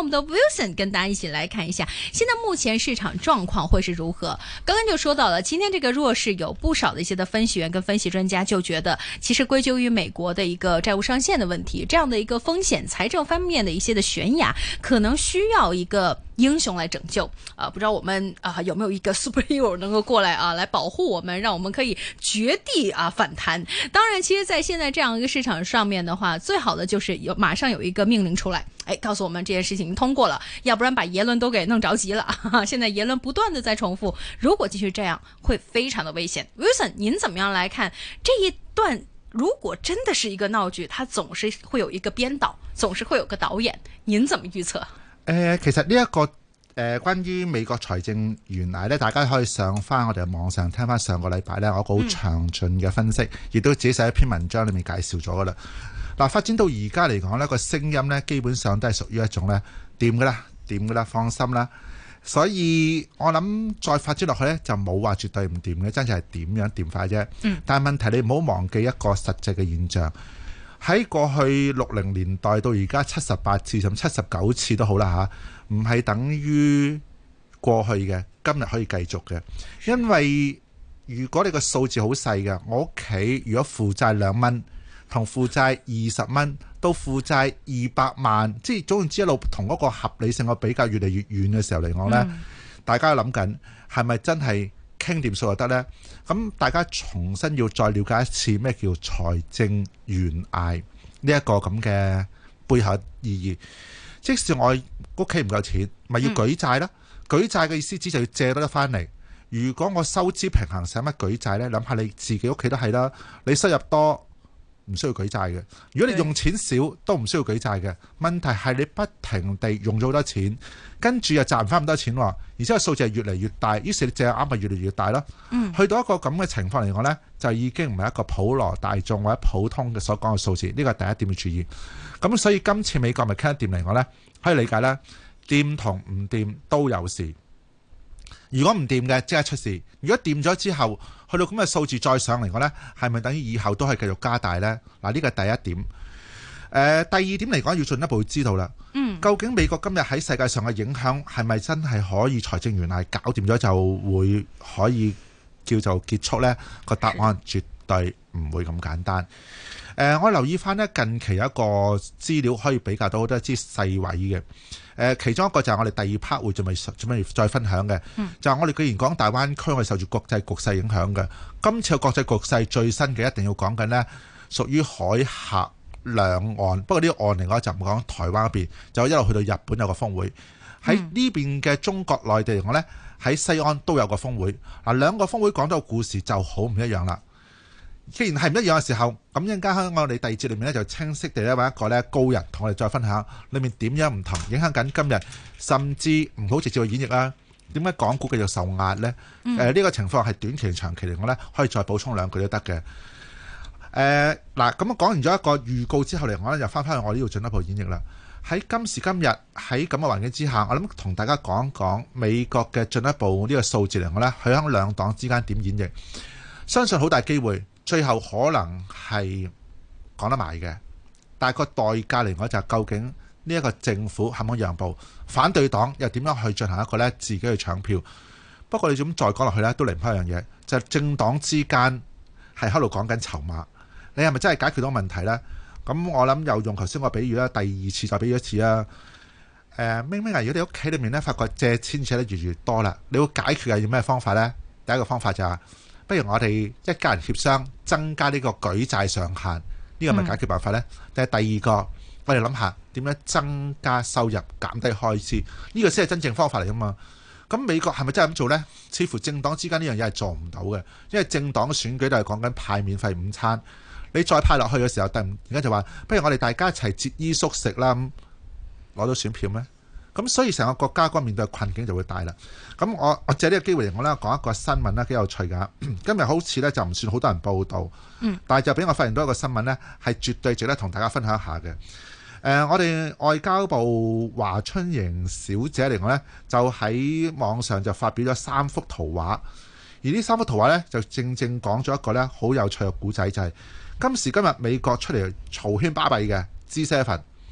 们的 Wilson 跟大家一起来看一下，现在目前市场状况会是如何。刚刚就说到了，今天这个弱势有不少的一些的分析员跟分析专家就觉得，其实归咎于美国的一个债务上限的问题，这样的一个风险财政方面的一些的悬崖，可能需要一个英雄来拯救。不知道我们有没有一个 superhero 能够过来来保护我们，让我们可以绝地反弹。当然，其实在现在这样一个市场上面的话，最好的就是马上有一个命令出来，告诉我们这件事情通过了，要不然把耶伦都给弄着急了。现在耶伦不断的在重复，如果继续这样会非常的危险。 Wilson 您怎么样来看这一段？如果真的是一个闹剧，它总是会有一个编导，总是会有个导演，您怎么预测？ 其實呢一個關於美國財政懸崖咧，大家可以上翻我哋網上聽翻上個禮拜咧，我個好詳盡嘅分析，亦都自己寫一篇文章裏面介紹咗噶啦。嗱，發展到而家嚟講呢個聲音呢，基本上都係屬於一種呢掂噶啦，放心啦。所以我諗再發展落去呢，就冇話絕對唔掂嘅，真係點樣掂法啫。但係問題你唔好忘記一個實際嘅現象，喺過去60年代到而家78次甚至79次都好啦嚇，唔係等於過去嘅，今日可以繼續嘅。因為如果你個數字好細嘅，我屋企如果負債2蚊，同負債20蚊到負債200萬，即係總言之一路同嗰個合理性嘅比較越嚟越遠嘅時候嚟講呢，大家諗緊係咪真係傾掂數就得呢？咁大家重新要再了解一次咩叫財政懸崖呢一個咁嘅背後意義。即使我屋企唔夠錢，咪要舉債啦。舉債嘅意思只就要借得翻嚟。如果我收支平衡，使乜舉債呢？諗下你自己屋企都係啦，你收入多唔需要舉債嘅，如果你用錢少都唔需要舉債嘅。問題係你不停地用咗好多錢，跟住又賺唔翻咁多錢喎，而且個數字係越嚟越大，於是你借啱咪越嚟越大咯。去到一個咁嘅情況嚟講呢，就已經唔係一個普羅大眾或者普通嘅所講嘅數字，呢個係第一點要注意。咁所以今次美國咪傾得掂嚟講呢，可以理解啦，掂同唔掂都有事。如果唔掂嘅即刻出事，如果掂咗之後去到咁嘅數字再上嚟講呢，係咪等於以後都係繼續加大呢？嗱，呢個係第一點。第二點嚟講，要進一步知道啦。究竟美國今日喺世界上嘅影響係咪真係可以財政懸崖搞掂咗就會可以叫做結束呢？個答案絕對唔會咁簡單。我留意翻呢，近期有一個資料可以比較到好多支細位嘅。其中一個就係我哋第二 part 會準備再分享嘅，就係我哋既然講大灣區，我哋受住國際局勢影響嘅。今次嘅國際局勢最新嘅一定要講緊呢，屬於海峽兩岸。不過呢個岸嚟講就唔講台灣嗰邊，就一路去到日本有個峰會。喺呢邊嘅中國內地嚟講呢，喺西安都有個峰會。嗱，兩個峰會講到嘅故事就好唔一樣啦。既然係唔一樣嘅時候，咁一陣間喺我哋第二節裏面咧，就清晰地咧揾一個咧高人同我哋再分享裏面點樣唔同，影響緊今日，甚至唔好直接去演繹啦。點解港股繼續受壓呢？呢個情況係短期、長期嚟講呢，可以再補充兩句都得嘅。嗱，咁講完咗一個預告之後嚟講呢，就翻返去我呢度進一步演繹啦。喺今時今日喺咁嘅環境之下，我諗同大家講講美國嘅進一步呢個數字嚟講呢，佢喺兩黨之間點演繹，相信好大機會。最後可能係講得埋嘅，但係個代價嚟講就係究竟呢一個政府肯唔肯讓步，反對黨又點樣去進行一個呢自己去搶票。不過你咁再講落去呢，都離唔開一樣嘢，就係政黨之間係喺度講緊籌碼，你係咪真係解決到問題呢？咁我諗又用頭先個比喻啦，第二次再比喻一次啦。明明如果你屋企裏面呢發覺借錢借得越嚟越多啦，你會解決係要咩方法呢？第一個方法就係不如我哋一家人協商增加呢個舉債上限，呢個咪解決辦法呢？但係第二個，我哋諗下點樣增加收入、減低開支，呢個先係真正方法嚟㗎嘛。咁美國係咪真係咁做呢？似乎政黨之間呢樣嘢係做唔到嘅，因為政黨選舉都係講緊派免費午餐，你再派落去嘅時候，突然間就話不如我哋大家一齊節衣縮食啦，咁攞到選票咩？咁所以成個國家嗰面對嘅困境就會大啦。咁我借呢個機會嚟講咧，講一個新聞咧，幾有趣㗎。今日好似咧就唔算好多人報道，但係就俾我發現到一個新聞咧，係絕對值得同大家分享一下嘅。我哋外交部華春瑩小姐嚟講咧，就喺網上就發表咗3幅圖畫，而呢3幅圖畫咧就正正講咗一個咧好有趣嘅故仔，就係今時今日美國出嚟嘈喧巴閉嘅 G7。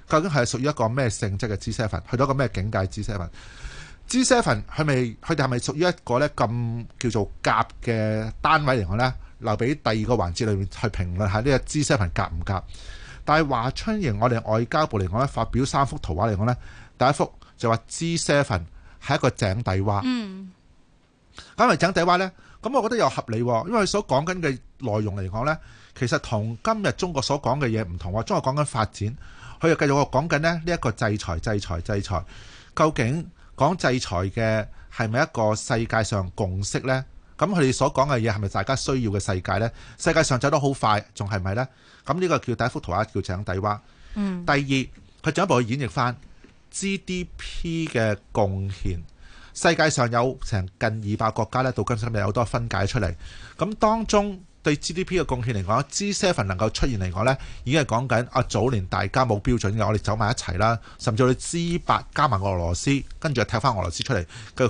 究竟係屬於一個咩性質嘅 G7， 去到一個咩境界 G7？G7 佢哋係咪屬於一個呢咁叫做夾嘅單位嚟講呢？留俾第二個環節裏面去評論下呢個 G7 夾唔夾？但係華春瑩我哋外交部嚟講呢，發表3幅圖畫嚟講呢，第一幅就話 G7 係一個井底蛙。咁係井底蛙呢，咁我覺得又合理，因為佢所講緊嘅內容嚟講呢，其實同今日中國所講嘅嘢唔同。中國講緊發展，佢又繼續講緊呢一個制裁。究竟講制裁嘅係咪一個世界上共識呢？咁佢哋所講嘅嘢係咪大家需要嘅世界呢？世界上走得好快，仲係咪呢？咁呢個叫第一幅圖畫叫井底蛙。第二，佢進一步去演繹翻 GDP 嘅貢獻。世界上有成近200國家呢，到今時今日有好多分解出嚟。咁當中對 GDP 嘅貢獻嚟講 ，G7 能夠出現嚟講呢，已經係講緊早年大家冇標準嘅，我哋走埋一齊啦。甚至我哋 G8 加埋俄羅斯，跟住就踢翻俄羅斯出嚟，繼續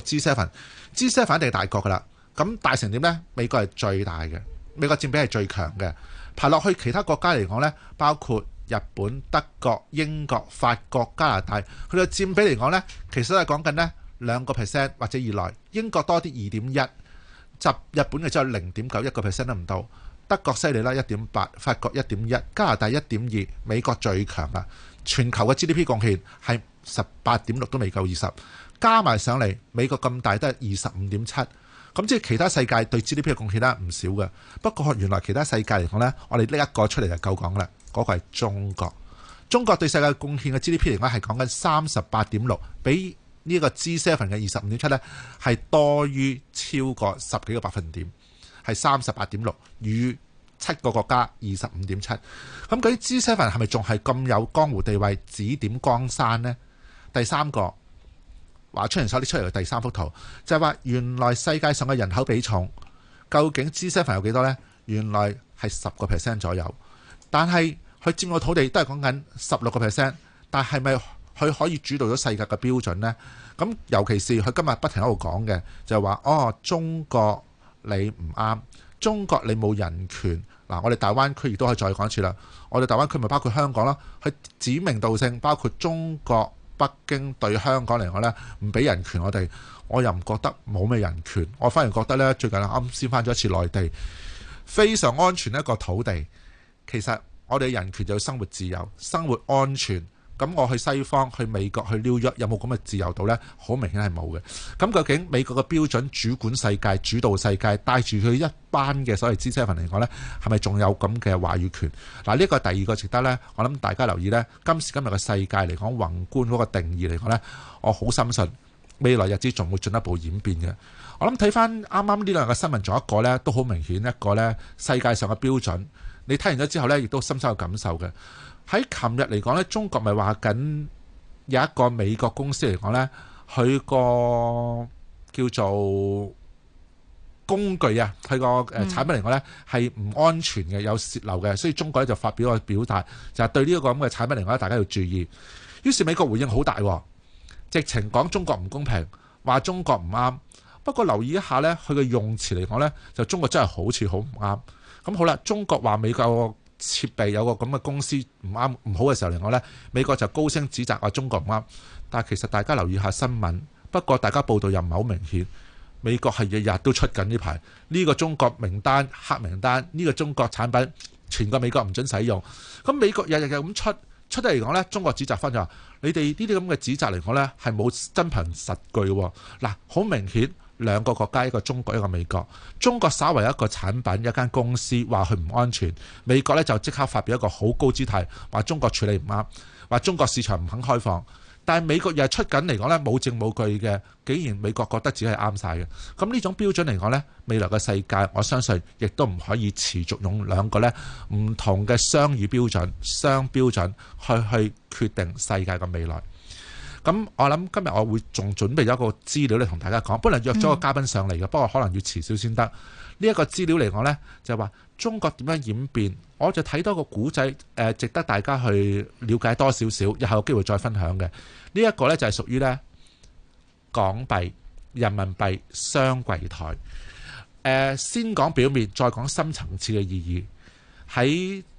G7。G7 一定係大國噶啦。咁大成點呢？美國係最大嘅，美國佔比係最強嘅。排落去其他國家嚟講呢，包括日本、德國、英國、法國、加拿大，佢哋佔比嚟講呢，其實都係講緊呢2% 或者以內。英國多啲2.1%，日本嘅只有0.9%，1% 都唔到。德國犀利啦，1.8%，法國1.1%，加拿大1.2%，美國最強啦。全球嘅 GDP 貢獻係18.6%都未夠20%，加埋上嚟美國咁大都係25.7%。咁即係其他世界對 GDP 嘅貢獻咧唔少嘅，不過原來其他世界嚟講呢，我哋拎一個出嚟就夠講啦。嗰個係中國，中國對世界貢獻嘅 GDP 嚟講係講緊38.6，比呢個 G7 嘅25.7呢係多於超過10幾個百分點，係38.6，與7個國家25.7。咁嗰啲 G7 係咪仲係咁有江湖地位，指點江山呢？第三個。華春瑩手拎出嚟嘅第3幅圖就係話，原來世界上嘅人口比重究竟 G7 有幾多呢？原來係10% 左右，但係佢佔個土地都係講緊16%，但係咪佢可以主導咗世界嘅標準呢？咁尤其是佢今日不停喺度講嘅就係話，中國你唔啱，中國你冇人權。嗱，我哋大灣區亦都可以再講一次啦。我哋大灣區咪包括香港啦，佢指名道姓包括中國。北京對香港嚟講呢，唔俾人權我又唔覺得冇咩人權，我反而覺得呢，最近啱先翻咗一次內地，非常安全一個土地。其實我哋人權就要生活自由、生活安全。咁我去西方、去美國、去紐約有冇咁嘅自由度呢？好明顯係冇嘅。咁究竟美國嘅標準主管世界、主導世界，帶住佢一班嘅所謂 G7 嚟講呢，係咪仲有咁嘅話語權？嗱，呢個第二個值得呢，我諗大家留意呢，今時今日嘅世界嚟講，宏觀嗰個定義嚟講呢，我好深信未來日子仲會進一步演變嘅。我諗睇翻啱啱呢兩個新聞，仲有一個呢都好明顯，一個呢世界上嘅標準。你睇完咗之後呢，亦都深深有感受嘅。喺琴日嚟講呢，中國咪話緊有一個美國公司嚟講呢，佢個叫做工具啊，佢個產品嚟講呢係唔安全嘅，有洩漏嘅，所以中國咧就發表個表態，就係對呢一個咁嘅產品嚟講，大家要注意。於是美國回應好大，直情講中國唔公平，話中國唔啱。不過留意一下呢，佢嘅用詞嚟講呢，就中國真係好似好唔啱。咁好啦，中國話美國設備有個咁嘅公司唔啱唔好嘅時候嚟講呢，美國就高聲指責話中國唔啱。但係其實大家留意下新聞，不過大家報道又唔係好明顯。美國係日日都出緊呢排呢個中國名單、黑名單，呢個中國產品全個美國唔准使用。咁美國日日咁出得嚟講呢，中國指責翻就話你哋呢啲咁嘅指責嚟講呢，係冇真憑實據。嗱，好明顯兩個國家，一個中國一個美國。中國稍為一個產品一間公司話佢唔安全，美國呢就即刻發表一個好高姿態，話中國處理唔啱，話中國市場唔肯開放。但係美國又係出緊嚟講呢，冇證冇據嘅，竟然美國覺得自己係啱晒嘅。咁呢種標準嚟講呢，未來嘅世界我相信亦都唔可以持續用兩個呢唔同嘅雙語標準、雙標準去決定世界嘅未來。咁我諗今日我會仲準備咗一個資料嚟同大家講，本來約咗個嘉賓上嚟嘅，不過可能要遲少先得。呢一個資料嚟講呢，就係話中國點樣演變，我就睇多個古仔，值得大家去了解多少少，日後有機會再分享嘅。呢一個呢，就係屬於呢港幣、人民幣雙櫃台。先講表面，再講深層次嘅意義。喺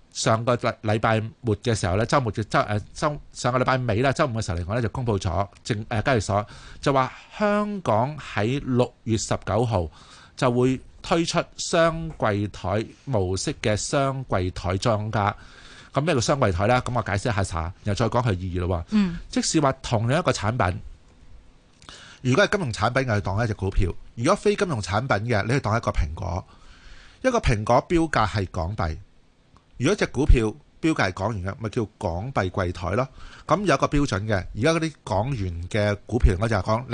上個禮拜末嘅時候咧，週末嘅上個禮拜尾啦，週五嘅時候嚟講咧，就公佈咗交易所就話香港喺6月19號就會推出雙櫃台模式嘅雙櫃台莊家。咁咩叫雙櫃台咧？咁我解釋一下，然後再講佢意義咯。即使話同樣一個產品，如果係金融產品，我去當一隻股票；如果非金融產品嘅，你去當一個蘋果。一個蘋果標價係港幣。如果隻股票標價係港元嘅，咪叫港幣櫃台咯。咁有一個標準嘅，而家嗰啲港元嘅股票我就係講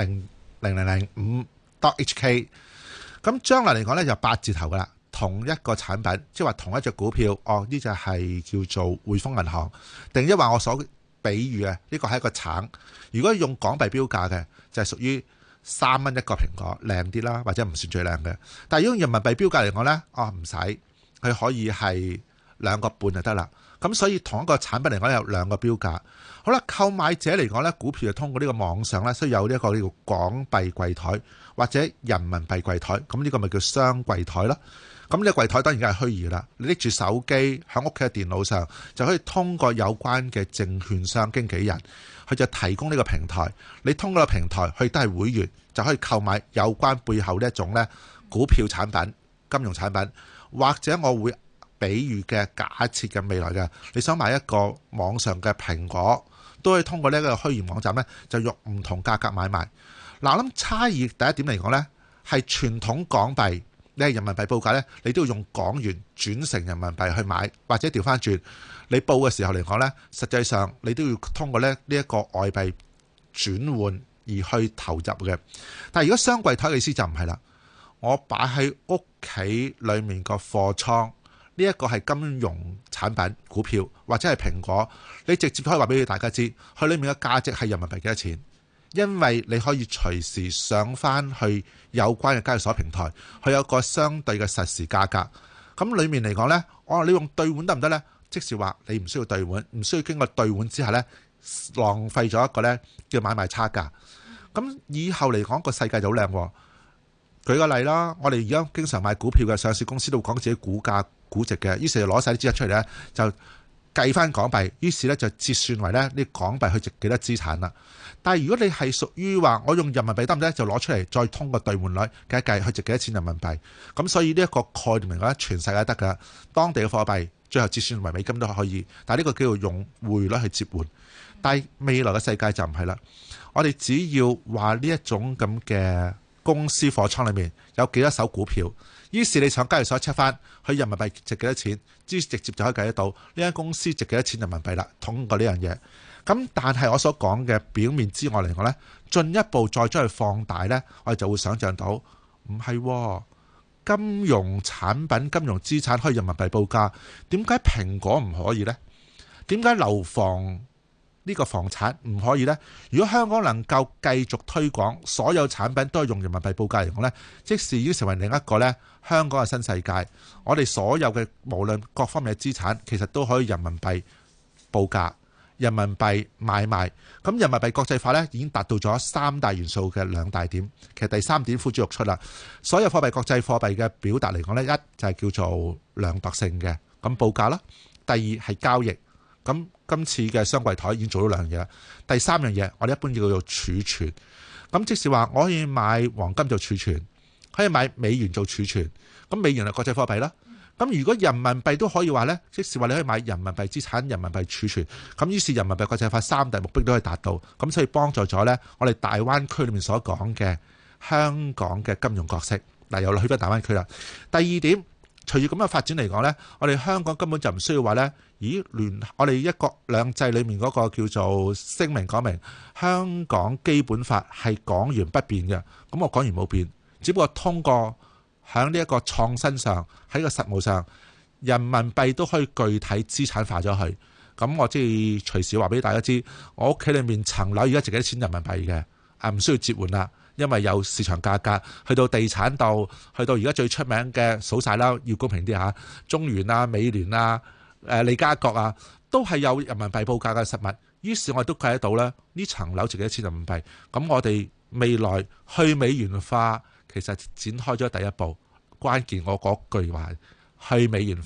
0005.HK。咁將來嚟講呢，就8字頭噶啦，同一個產品，即係話同一隻股票，呢隻係叫做匯豐銀行，定一話我所比喻嘅呢個係一個橙。如果用港幣標價嘅，就係屬於3蚊一個蘋果，靚啲啦，或者唔算最靚嘅。但係如果用人民幣標價嚟講呢，唔使，佢可以係2個半就得啦。咁所以同一個產品嚟講有2個標價。好啦，購買者嚟講呢，股票就通過呢個網上呢，需要有呢一個叫港幣櫃台或者人民幣櫃台。咁呢個咪叫雙櫃台咯。咁呢個櫃台當然係虛擬啦。你拎住手機喺屋企嘅電腦上，就可以通過有關嘅證券商經紀人，佢就提供呢個平台。你通過個平台，佢都係會員，就可以購買有關背後呢一種呢股票產品、金融產品，或者我會比喻嘅假設嘅未來嘅，你想買一個網上嘅蘋果，都可以通過呢一個虛擬網站呢，就用唔同價格買賣。嗱，我諗差異第一點嚟講呢，係傳統港幣，你係人民幣報價呢，你都要用港元轉成人民幣去買，或者調翻轉，你報嘅時候嚟講呢，實際上你都要通過呢一個外幣轉換而去投入嘅。但係如果雙櫃台嘅意思就唔係啦，我擺喺屋企裡面個貨倉。呢一個係金融產品股票或者係蘋果，你直接可以話俾大家知，佢裡面嘅價值係人民幣幾多錢，因為你可以隨時上翻去有關嘅交易所平台，佢有個相對嘅實時價格。咁裡面嚟講呢，你用兌換得唔得呢？即是話你唔需要兌換，唔需要經過兌換之下呢，浪費咗一個呢叫買賣差價。咁以後嚟講個世界就好靚喎。舉個例啦，我哋而家經常買股票嘅上市公司都會講自己股價估值嘅，於是就攞晒啲資產出嚟呢，就計翻港幣，於是呢就折算為呢啲港幣去值幾多資產啦。但係如果你係屬於話我用人民幣得唔得，就攞出嚟再通過兌換率計一計去值幾多錢人民幣。咁所以呢一個概念嚟講，全世界得㗎，當地嘅貨幣最後折算為美金都可以。但係呢個叫做用匯率去折換。但係未來嘅世界就唔係啦，我哋只要話呢一種咁嘅公司貨倉裏面有幾多手股票，於是你上交易所 check 翻佢人民幣值幾多錢，直接就可以計得到呢間公司值幾多錢人民幣啦。通過呢樣嘢，咁但係我所講嘅表面之外嚟講呢，進一步再將佢放大呢，我哋就會想像到唔係金融產品、金融資產可以人民幣報價，點解蘋果唔可以呢？點解樓房呢個房產唔可以呢？如果香港能夠繼續推廣所有產品都係用人民幣報價嚟講呢，即使已經成為另一個呢香港嘅新世界。我哋所有嘅無論各方面嘅資產，其實都可以人民幣報價、人民幣買賣。咁人民幣國際化呢已經達到咗3大元素嘅2大點。其實第3點呼之欲出啦。所有貨幣國際貨幣嘅表達嚟講呢，一就係叫做量度性嘅咁報價啦。第二係交易。咁今次嘅雙櫃台已經做到2樣嘢啦。第3樣嘢，我哋一般叫做儲存。咁即是話，我可以買黃金做儲存，可以買美元做儲存。咁美元係國際貨幣啦。咁如果人民幣都可以話呢，即是話你可以買人民幣資產、人民幣儲存。咁於是人民幣國際化3大目標都可以達到。咁所以幫助咗呢，我哋大灣區裏面所講嘅香港嘅金融角色。嗱，又去翻大灣區啦。第2點。隨住咁嘅發展嚟講呢，我哋香港根本就唔需要話呢。我哋一國兩制裏面嗰個叫做聲明講明，香港基本法係港元不變嘅。咁我港元冇變，只不過通過喺呢一個創新上，喺個實務上，人民幣都可以具體資產化咗去。咁我即係隨時話俾大家知，我屋企裏面層樓而家值幾多錢人民幣嘅，唔需要折換啦。因為有市場價格，去到地產度，去到而家最出名嘅數晒啦，要公平啲嚇，中原啊、美聯啊、利嘉閣啊，都係有人民幣報價嘅實物。於是我哋都計得到咧，呢層樓值幾多錢人民幣。咁我哋未來去美元化，其實展開咗第一步。關鍵我嗰句話，去美元化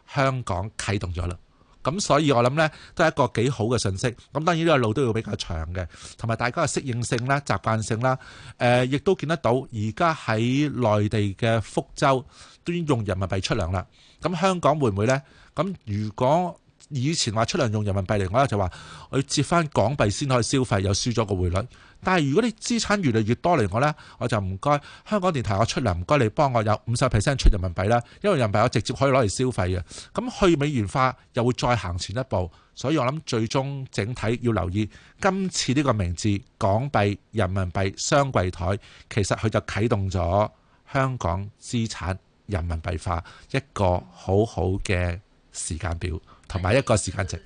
香港啟動咗啦。咁所以我諗呢都係一個幾好嘅信息。咁當然呢個路都要比較長嘅，同埋大家嘅適應性啦、習慣性啦，亦都見得到而家喺內地嘅福州都已經用人民幣出糧啦。咁香港會唔會呢？咁如果以前話出糧用人民幣嚟講，就話我要折翻港幣先可以消費，又輸咗個匯率。但係如果你資產越嚟越多嚟講呢，我就唔該香港電台我出糧，唔該你幫我有50% 出人民幣啦，因為人民幣我直接可以攞嚟消費嘅。咁去美元化又會再行前一步，所以我諗最終整體要留意今次呢個名字港幣人民幣雙櫃台，其實佢就啟動咗香港資產人民幣化一個好好嘅時間表同埋一個時間值。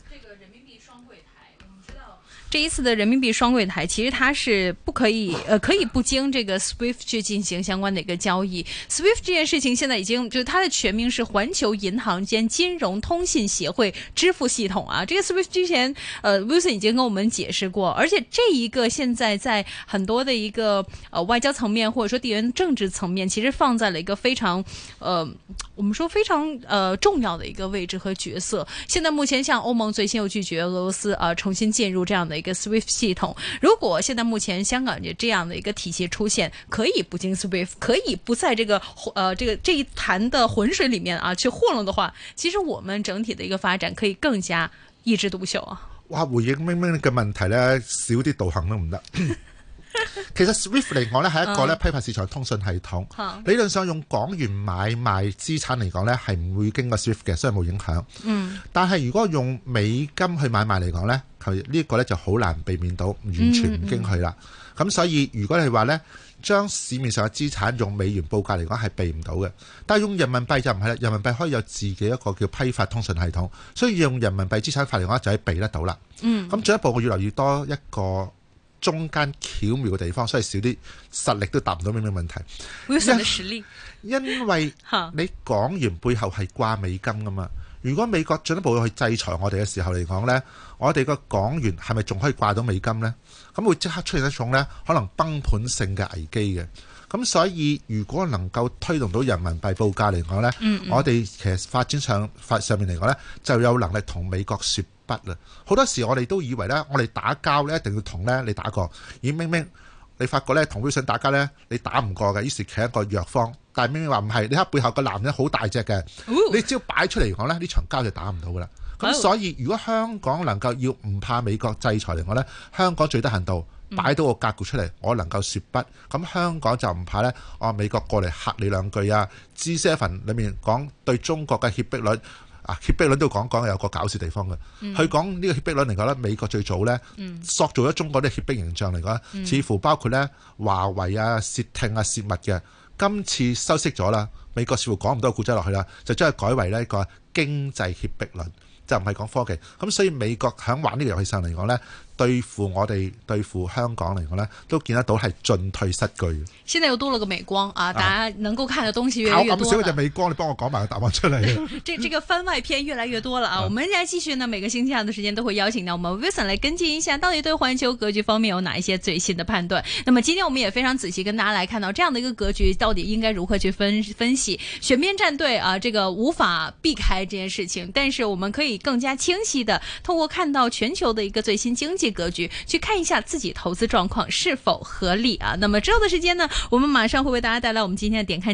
這一次的人民幣雙櫃台，其實它是不可以，可以不經這個 SWIFT 去進行相關的一個交易。SWIFT 這件事情現在已經，就是它的全名是環球銀行間金融通信協會支付系統啊。這個 SWIFT 之前，Wilson 已經跟我們解釋過，而且這一個現在在很多的一個外交層面，或者說地緣政治層面，其實放在了一個非常我們說非常重要的一個位置和角色。現在目前像歐盟最新又拒絕俄羅斯重新進入這樣的一個 SWIFT 系統，如果現在目前香港這樣的一個體系出現，可以不經 SWIFT， 可以不在這個這一潭的渾水裡面去糊弄的話，其實我們整體的一個發展可以更加一枝獨秀啊！ 哇，回應明明嘅問題呢，少啲道行都唔得。其實 SWIFT 嚟講呢係一個咧批發市場通訊系統，理論上用港元買賣資產嚟講呢係唔會經過 SWIFT 嘅，所以冇影響。但係如果用美金去買賣嚟講呢，呢個呢就好難避免到完全唔經佢啦。咁所以如果你話呢將市面上嘅資產用美元報價嚟講係避唔到嘅，但係用人民幣就唔係啦，人民幣可以有自己一個叫批發通訊系統，所以用人民幣資產法嚟講就係避得到啦。咁進一步我越嚟越多一個中間巧妙嘅地方，所以少啲實力都答唔到咩問題。因為你港元背後係掛美金噶嘛，如果美國進一步去制裁我哋嘅時候嚟講呢，我哋個港元係咪仲可以掛到美金呢？咁會即刻出現一種呢可能崩盤性嘅危機嘅。咁所以如果能夠推動到人民幣報價嚟講呢，我哋其實發展上面嚟講呢，就有能力同美國說不啦。好多時我哋都以為呢，我哋打交呢一定要同呢你打過，而明明你發覺呢同 Wilson 打交呢，你打唔過嘅，於是企一個弱方。但係明明話唔係，你睇背後個男人好大隻嘅，你只要擺出嚟講呢，呢場交就打唔到噶啦。咁所以如果香港能夠要唔怕美國制裁嚟講呢，香港最低限度擺到個格局出嚟，我能夠說不，咁香港就唔怕呢。美國過嚟嚇你兩句啊。G7 裏面講對中國嘅脅迫率脅迫率都講有個搞笑地方嘅。佢講呢個脅迫率嚟講呢，美國最早呢塑造咗中國啲脅迫形象嚟講，似乎包括呢華為啊、竊聽啊、竊密嘅。今次收息咗啦，美國似乎講唔到個故仔落去啦，就將佢改為呢一個經濟脅迫論，就唔係講科技。咁所以美國響玩呢個遊戲上嚟講呢，對付我哋對付香港嚟講呢，都見得到係進退失據。 現在又多了個美光啊，大家能夠看的東西越來越多。 咁少嘅就美光，你幫我講埋個答案出嚟。 這個番外篇越來越多了啊！我們來繼續呢，每個星期上的時間都會邀請到我們 Wilson 來跟進一下，到底對環球格局方面有哪一些最新的判斷。那麼今天我們也非常仔細跟大家來看到這樣的一個格局，到底應該如何去分析選邊站隊啊？這個無法避開這件事情，但是我們可以更加清晰的透過看到全球的一個最新經濟格局，去看一下自己投資狀況是否合理啊。那麼之後的時間呢，我們馬上會為大家帶來我們今天的點看。